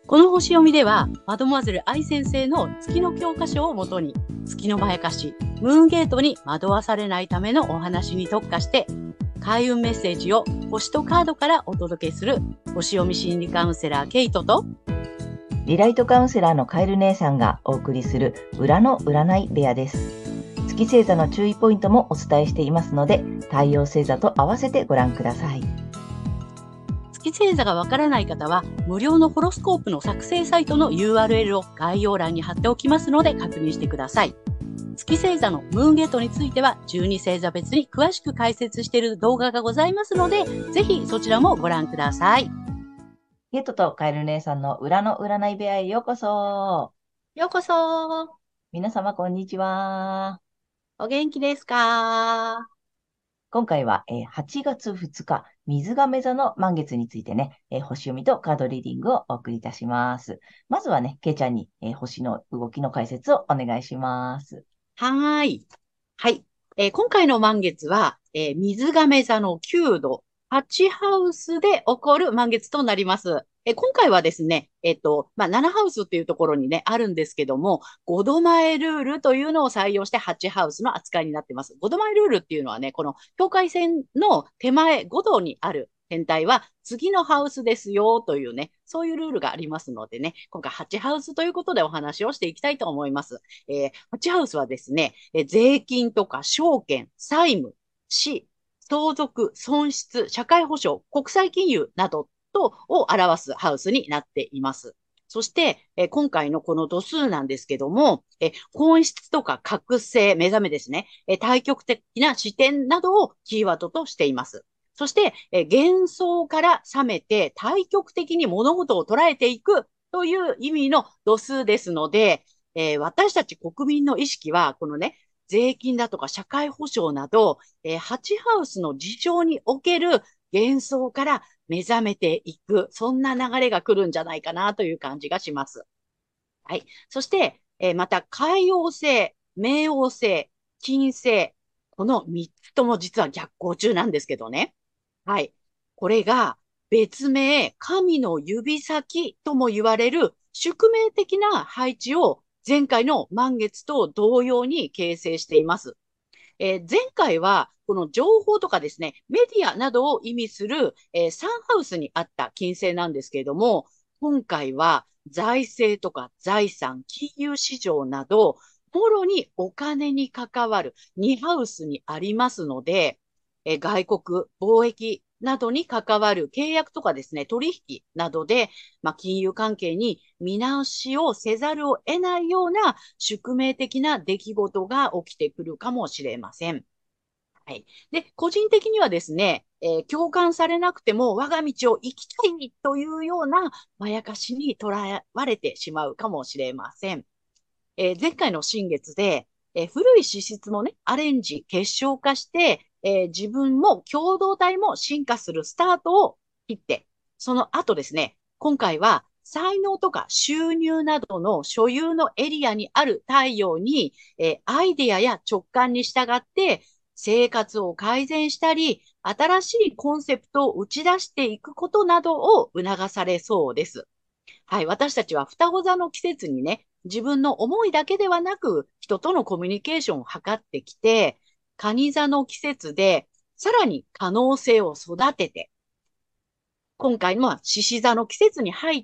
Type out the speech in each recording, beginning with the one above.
この星読みでは、マドモアゼル愛先生の月の教科書をもとに、月のまやかし、ムーンゲートに惑わされないためのお話に特化して、開運メッセージを星とカードからお届けする星読み心理カウンセラーケイトと、 リライトカウンセラーのカエル姉さんがお送りする裏の占い部屋です。月星座の注意ポイントもお伝えしていますので、太陽星座と合わせてご覧ください。 月星座がわからない方は、無料のホロスコープの作成サイトの URL を概要欄に貼っておきますので確認してください。月星座のムーンゲートについては、12星座別に詳しく解説している動画がございますので、ぜひそちらもご覧ください。 ゲットとカエル姉さんの裏の占い部屋へようこそ。 ようこそ。 皆様こんにちは。 お元気ですか？ 今回は8月2日、水亀座の満月についてね、星読みとカードリーディングをお送りいたします。まずはね、ケイちゃんに星の動きの解説をお願いします。 はい。はい。今回の満月は、水亀座の9度、8ハウスで起こる満月となります。今回はですね、7ハウスっていうところにね、あるんですけども、5度前ルールというのを採用して8ハウスの扱いになっています。5度前ルールっていうのはね、この境界線の手前5度にある天体は次のハウスですよというね、そういうルールがありますのでね、今回8ハウスということでお話をしていきたいと思います。8ハウスはですね、税金とか証券、債務、死、相続、損失、社会保障、国際金融などを表すハウスになっています。そして、今回のこの度数なんですけども、本質とか覚醒、目覚めですね、対極的な視点などをキーワードとしています。そして、幻想から覚めて対極的に物事を捉えていくという意味の度数ですので、私たち国民の意識は、このね、税金だとか社会保障など、8ハウスの事象における幻想から目覚めていく、そんな流れが来るんじゃないかなという感じがします。はい。そして、また、海王星、冥王星、金星、この3つとも実は逆行中なんですけどね。はい。これが別名、神の指先とも言われる宿命的な配置を前回の満月と同様に形成しています。前回は、この情報とかですね、メディアなどを意味する、サンハウスにあった金星なんですけれども、今回は財政とか財産、金融市場など、もろにお金に関わる2ハウスにありますので、外国、貿易などに関わる契約とかですね、取引などで、金融関係に見直しをせざるを得ないような宿命的な出来事が起きてくるかもしれません。はい。で、個人的にはですね、共感されなくても我が道を生きたいというようなまやかしにとらわれてしまうかもしれません。前回の新月で、古い資質もね、アレンジ、結晶化して、自分も共同体も進化するスタートを切って、その後ですね、今回は才能とか収入などの所有のエリアにある太陽に、アイデアや直感に従って生活を改善したり、新しいコンセプトを打ち出していくことなどを促されそうです。はい、私たちは双子座の季節にね、自分の思いだけではなく、人とのコミュニケーションを図ってきて、蟹座の季節で、さらに可能性を育てて、今回の獅子座の季節に入って、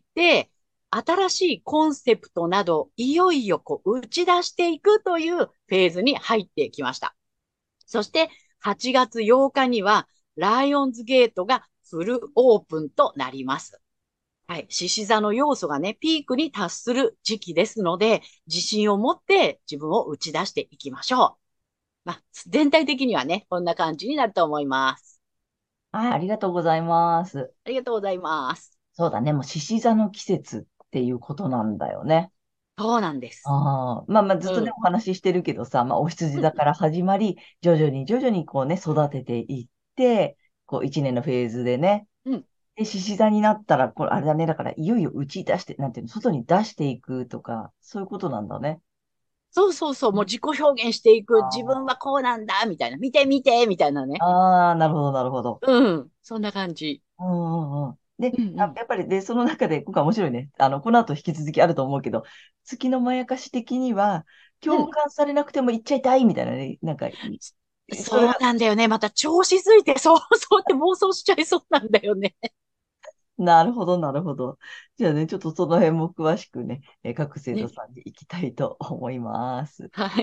新しいコンセプトなど、いよいよ打ち出していくというフェーズに入ってきました。そして8月8日には、ライオンズゲートがフルオープンとなります。はい。獅子座の要素がね、ピークに達する時期ですので、自信を持って自分を打ち出していきましょう。全体的にはね、こんな感じになると思います。 はい、ありがとうございます。 ありがとうございます。 そうだね、もう獅子座の季節っていうことなんだよね。 そうなんです。 ああ、ずっとね、 うん。 お話ししてるけどさ、お羊うん。 座から始まり、徐々にこうね、育てていって、こう一年のフェーズでね、 うん。 で、獅子座になったら、これあれだね、だからいよいよ打ち出して、なんていうの、外に出していくとか、そういうことなんだね。 そうそうそう。もう自己表現していく。自分あはこうなんだ。みたいな。見て見て。みたいなね。 あー、なるほど、なるほど。 うん。そんな感じ。 うんうんうん。 で、 うんうん。 やっぱり、で、その中で、今回面白いね。この後引き続きあると思うけど、月のまやかし的には、共うん。 感されなくても言っちゃいたいみたいなね、なんか、それそうが、 なんだよね。また調子づいて、そう、そうって妄想しちゃいそうなんだよね。 なるほど、なるほど。じゃあね、ちょっとその辺も詳しくね、各生徒ね。 さんに行きたいと思います。 はい。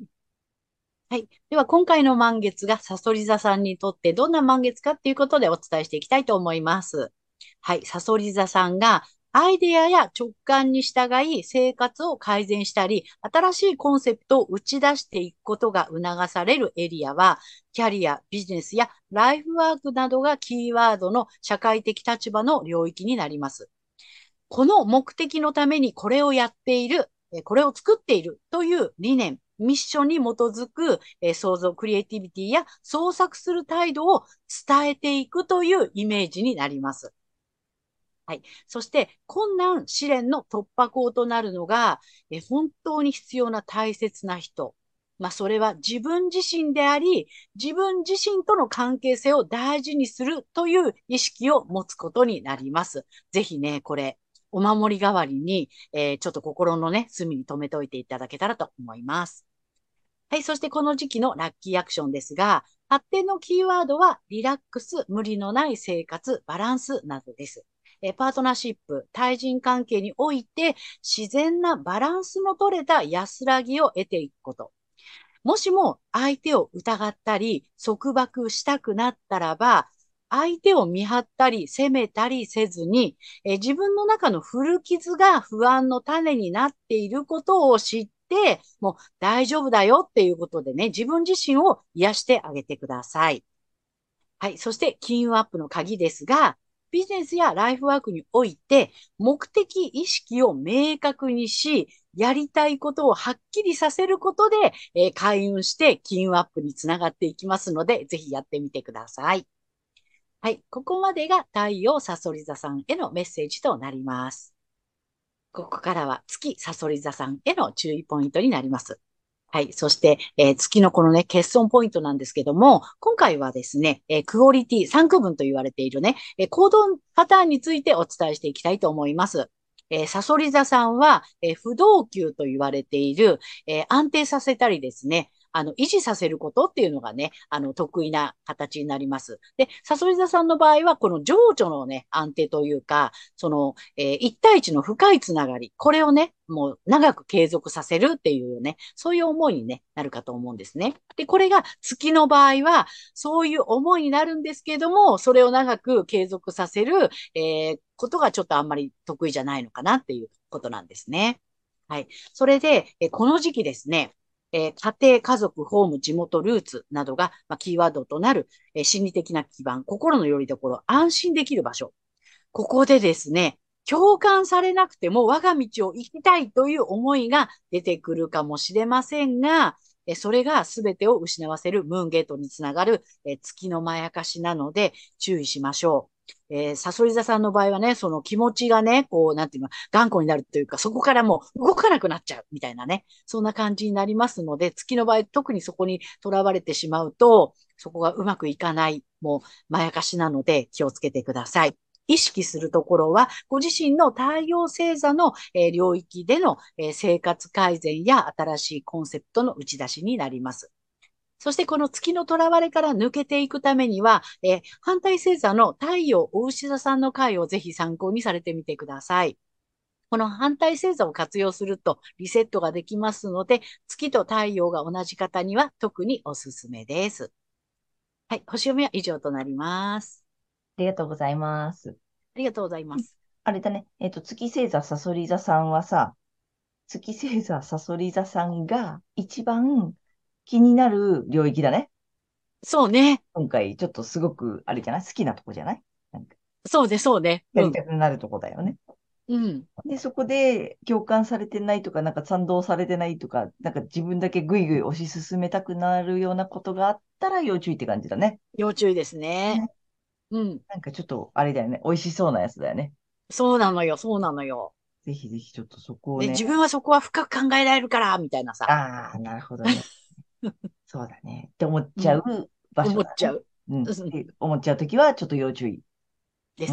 はい。では、今回の満月がサソリ座さんにとってどんな満月かっていうことでお伝えしていきたいと思います。はい。サソリ座さんがアイデアや直感に従い生活を改善したり、新しいコンセプトを打ち出していくことが促されるエリアは、キャリア、ビジネスやライフワークなどがキーワードの社会的立場の領域になります。この目的のためにこれをやっている、これを作っているという理念、ミッションに基づく、創造、クリエイティビティや創作する態度を伝えていくというイメージになります。はい。そして、困難、試練の突破口となるのが、本当に必要な大切な人。まあ、それは自分自身であり、自分自身との関係性を大事にするという意識を持つことになります。ぜひね、これ、お守り代わりに、ちょっと心のね、隅に留めておいていただけたらと思います。はい。そしてこの時期のラッキーアクションですが、発展のキーワードは、リラックス、無理のない生活、バランスなどです。パートナーシップ、対人関係において、自然なバランスの取れた安らぎを得ていくこと。もしも相手を疑ったり、束縛したくなったらば、相手を見張ったり、責めたりせずに、自分の中の古傷が不安の種になっていることを知って、もう大丈夫だよっていうことでね、自分自身を癒してあげてください。はい。そして、金運アップの鍵ですが、ビジネスやライフワークにおいて、目的意識を明確にし、やりたいことをはっきりさせることで、開運して金運アップにつながっていきますので、ぜひやってみてください。はい。ここまでが太陽サソリ座さんへのメッセージとなります。ここからは月サソリ座さんへの注意ポイントになります。はい。そして、月のこのね、欠損ポイントなんですけども、今回はですね、クオリティ、3区分と言われているね、行動パターンについてお伝えしていきたいと思います。サソリ座さんは、不動級と言われている、安定させたりですね、維持させることっていうのがね、得意な形になります。で、サソリ座さんの場合は、この情緒のね、安定というか、その、一対一の深いつながり、これをね、もう長く継続させるっていうね、そういう思いに、ね、なるかと思うんですね。で、これが月の場合は、そういう思いになるんですけれども、それを長く継続させる、ことがちょっとあんまり得意じゃないのかなっていうことなんですね。はい。それで、この時期ですね、家庭、家族、ホーム、地元、ルーツなどが、キーワードとなる、心理的な基盤、心の拠り所、安心できる場所。ここでですね、共感されなくても我が道を行きたいという思いが出てくるかもしれませんが、それが全てを失わせるムーンゲートにつながる月のまやかしなので注意しましょう。サソリ座さんの場合はね、その気持ちがね、こう、なんていうの、頑固になるというか、そこからもう動かなくなっちゃうみたいなね、そんな感じになりますので、月の場合、特にそこにとらわれてしまうと、そこがうまくいかない、もう、まやかしなので気をつけてください。意識するところは、ご自身の太陽星座の、領域での、生活改善や新しいコンセプトの打ち出しになります。そしてこの月の囚われから抜けていくためには、反対星座の太陽お牛座さんの回をぜひ参考にされてみてください。この反対星座を活用するとリセットができますので、月と太陽が同じ方には特におすすめです。はい、星読みは以上となります。 ありがとうございます。 ありがとうございうん。 ます。 あれだね。月星座さそり座さんはさ、月星座さそり座さんが一番気になる領域だね。 そうね。 今回、ちょっとすごく、あれじゃない好きなとこじゃないなんかそうね、そうね。 やりうん。 たくなるとこだよね。 うん。 で、そこで共感されてないとか、なんか賛同されてないとか、なんか自分だけぐいぐい推し進めたくなるようなことがあったら要注意って感じだね。 要注意ですね。 ね。 うん。 なんかちょっと、あれだよね。美味しそうなやつだよね。 そうなのよ、そうなのよ。 ぜひぜひちょっとそこをで、 ね。 自分はそこは深く考えられるから、みたいなさ。 ああ、なるほどね。そうだね。って思っちゃううん。 場所だね。 思っちゃう。 うん。 うん。 で思っちゃうときはちょっと要注意。うん。 ですね。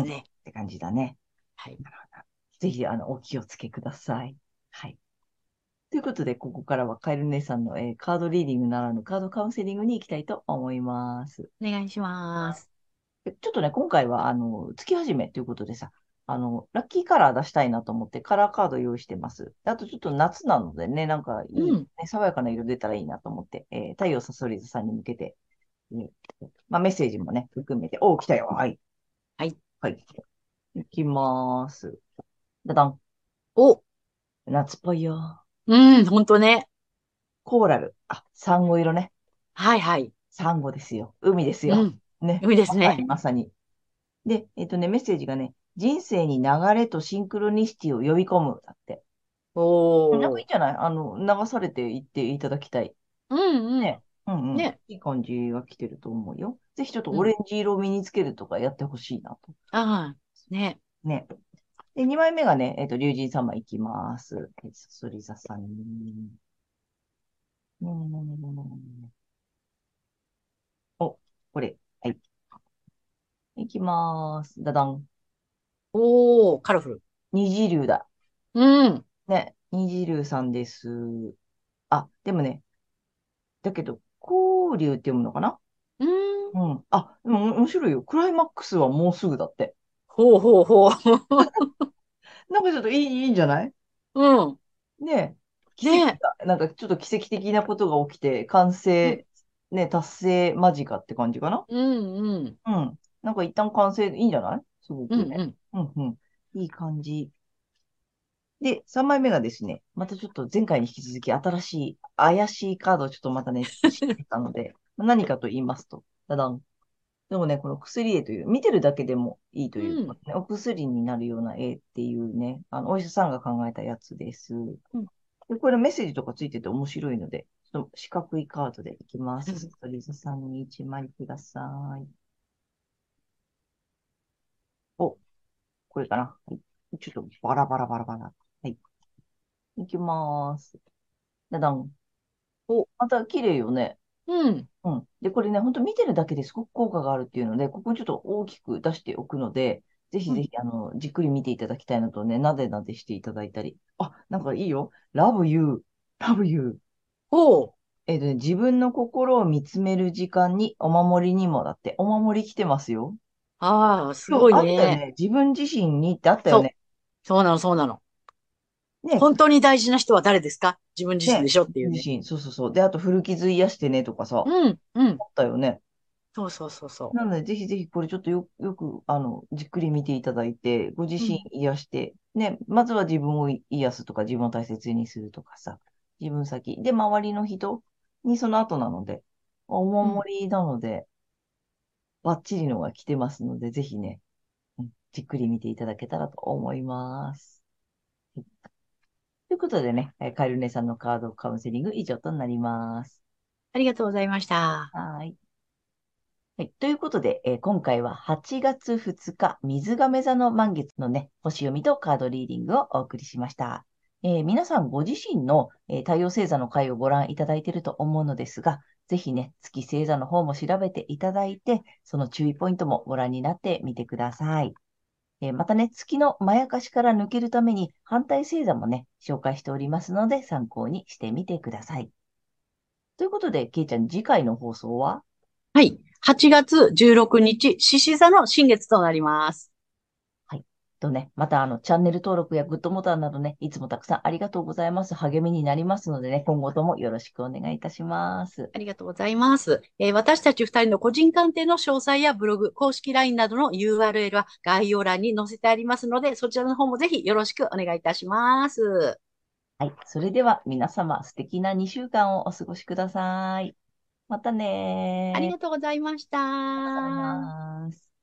って感じだね。 はい。 ぜひ、お気をつけください。はい。ということで、ここからはカエル姉さんの、カードリーディングならぬカードカウンセリングに行きたいと思います。 お願いします。 ちょっとね、今回は、月始めということでさ、ラッキーカラー出したいなと思ってカラーカード用意してます。であとちょっと夏なのでね、なんかいい、 うん。 ね、爽やかな色出たらいいなと思って、太陽さそり座さんに向けて、まあ、メッセージもね、含めて、おー、来たよ。はい。 はい。 はい。いきまーす。だだん。 お、 夏っぽいよ。 うん、ほんとね。 コーラル。あ、サンゴ色ね。 はいはい。 サンゴですよ。海ですよ。 うん。 ね。 海でまさにすね。 まさに。で、メッセージがね、人生に流れとシンクロニシティを呼び込む。だって。なんかいいおー。 んじゃない？流されていっていただきたい。 うんうん。 ね。うんうん。 ね。 いい感じが来てると思うよ。ぜひちょっとうん。 オレンジ色を身につけるとかやってほしいなと。 ああ、ね。 ね。で、2枚目がね、龍神様いきます。さそり座さんに。お、これ。はい。いきます。だだん。 おー、カラフル。 虹龍だ。 うん。 ね。虹龍さんです。あ、でもね、だけど、光龍って読むのかな？ うん。 うん。あ、でも面白いよ。クライマックスはもうすぐだって。 ほうほうほう。 なんかちょっといいんじゃない？ うん。 ね。奇跡ね。 が、なんかちょっと奇跡的なことが起きて、完うん。 成、ね、達成間近って感じかな？ うんうん。 うん。なんか一旦完成いいんじゃない？すごくね。 うんうん。 うんうん。いい感じ。で、3枚目がですね、またちょっと前回に引き続き新しい、怪しいカードをちょっとまたね、知ってたので、何かと言いますと、ただん。でもね、この薬絵という、見てるだけでもいいという、 うん。 ね、お薬になるような絵っていうね、お医者さんが考えたやつです。 うん。 で、これメッセージとかついてて面白いので、ちょっと四角いカードでいきます。ストリートさんに1枚ください。お、これかな。はい。ちょっとバラバラバラバラ。はい。いきます。だだん。 お、 また綺麗よね。 うん。 うん。で、これね、ほんと見てるだけですごく効果があるっていうので、ここにちょっと大きく出しておくので、ぜひうん。 ぜひ、じっくり見ていただきたいのとね、なでなでしていただいたり。あ、なんかいいよ。love you, love you. おー。 自分の心を見つめる時間にお守りにもだって、お守り来てますよ。 ああ、す今日ごいね。 あったよね。自分自身にってあったよそう。 ね。 そうなの、そうなの。 ね、 本当に大事な人は誰ですか？自分自身でね、 しょっていうね。 自分自身。そうそうそう。で、あと古傷癒してねとかさ、 うん、うん。 あったよね。 そうそうそうそなので、ぜひぜひこれちょっとよく、じっくり見ていただいて、ご自う。う身ん、 癒して、ね、まずは自分を癒すとか、自分を大切にするとかさ、自分先。で、周りの人にその後なので、おうん。 守りなので、バッチリのが来てますので、ぜひね、じっくり見ていただけたらと思います。はい。ということでね、カエル姉さんのカードカウンセリング以上となります。 ありがとうございました。 はい。はい。ということで、今回は8月2日、水亀座の満月のね、星読みとカードリーディングをお送りしました。皆さんご自身の、太陽星座の回をご覧いただいていると思うのですが、ぜひね、月星座の方も調べていただいて、その注意ポイントもご覧になってみてください。またね、月のまやかしから抜けるために反対星座もね、紹介しておりますので、参考にしてみてください。ということで、けいちゃん、次回の放送は？ はい。8月16日、獅子座の新月となります。 はい。とね、またチャンネル登録やグッドボタンなどね、いつもたくさんありがとうございます。励みになりますのでね、今後ともよろしくお願いいたします。 ありがとうございます。私たち2人の個人鑑定の詳細やブログ、公式 LINE などの URL は概要欄に載せてありますので、そちらの方もぜひよろしくお願いいたします。 はい。それでは皆様素敵な2週間をお過ごしください。またありねー。 がとうございましありがとうございた。 ます。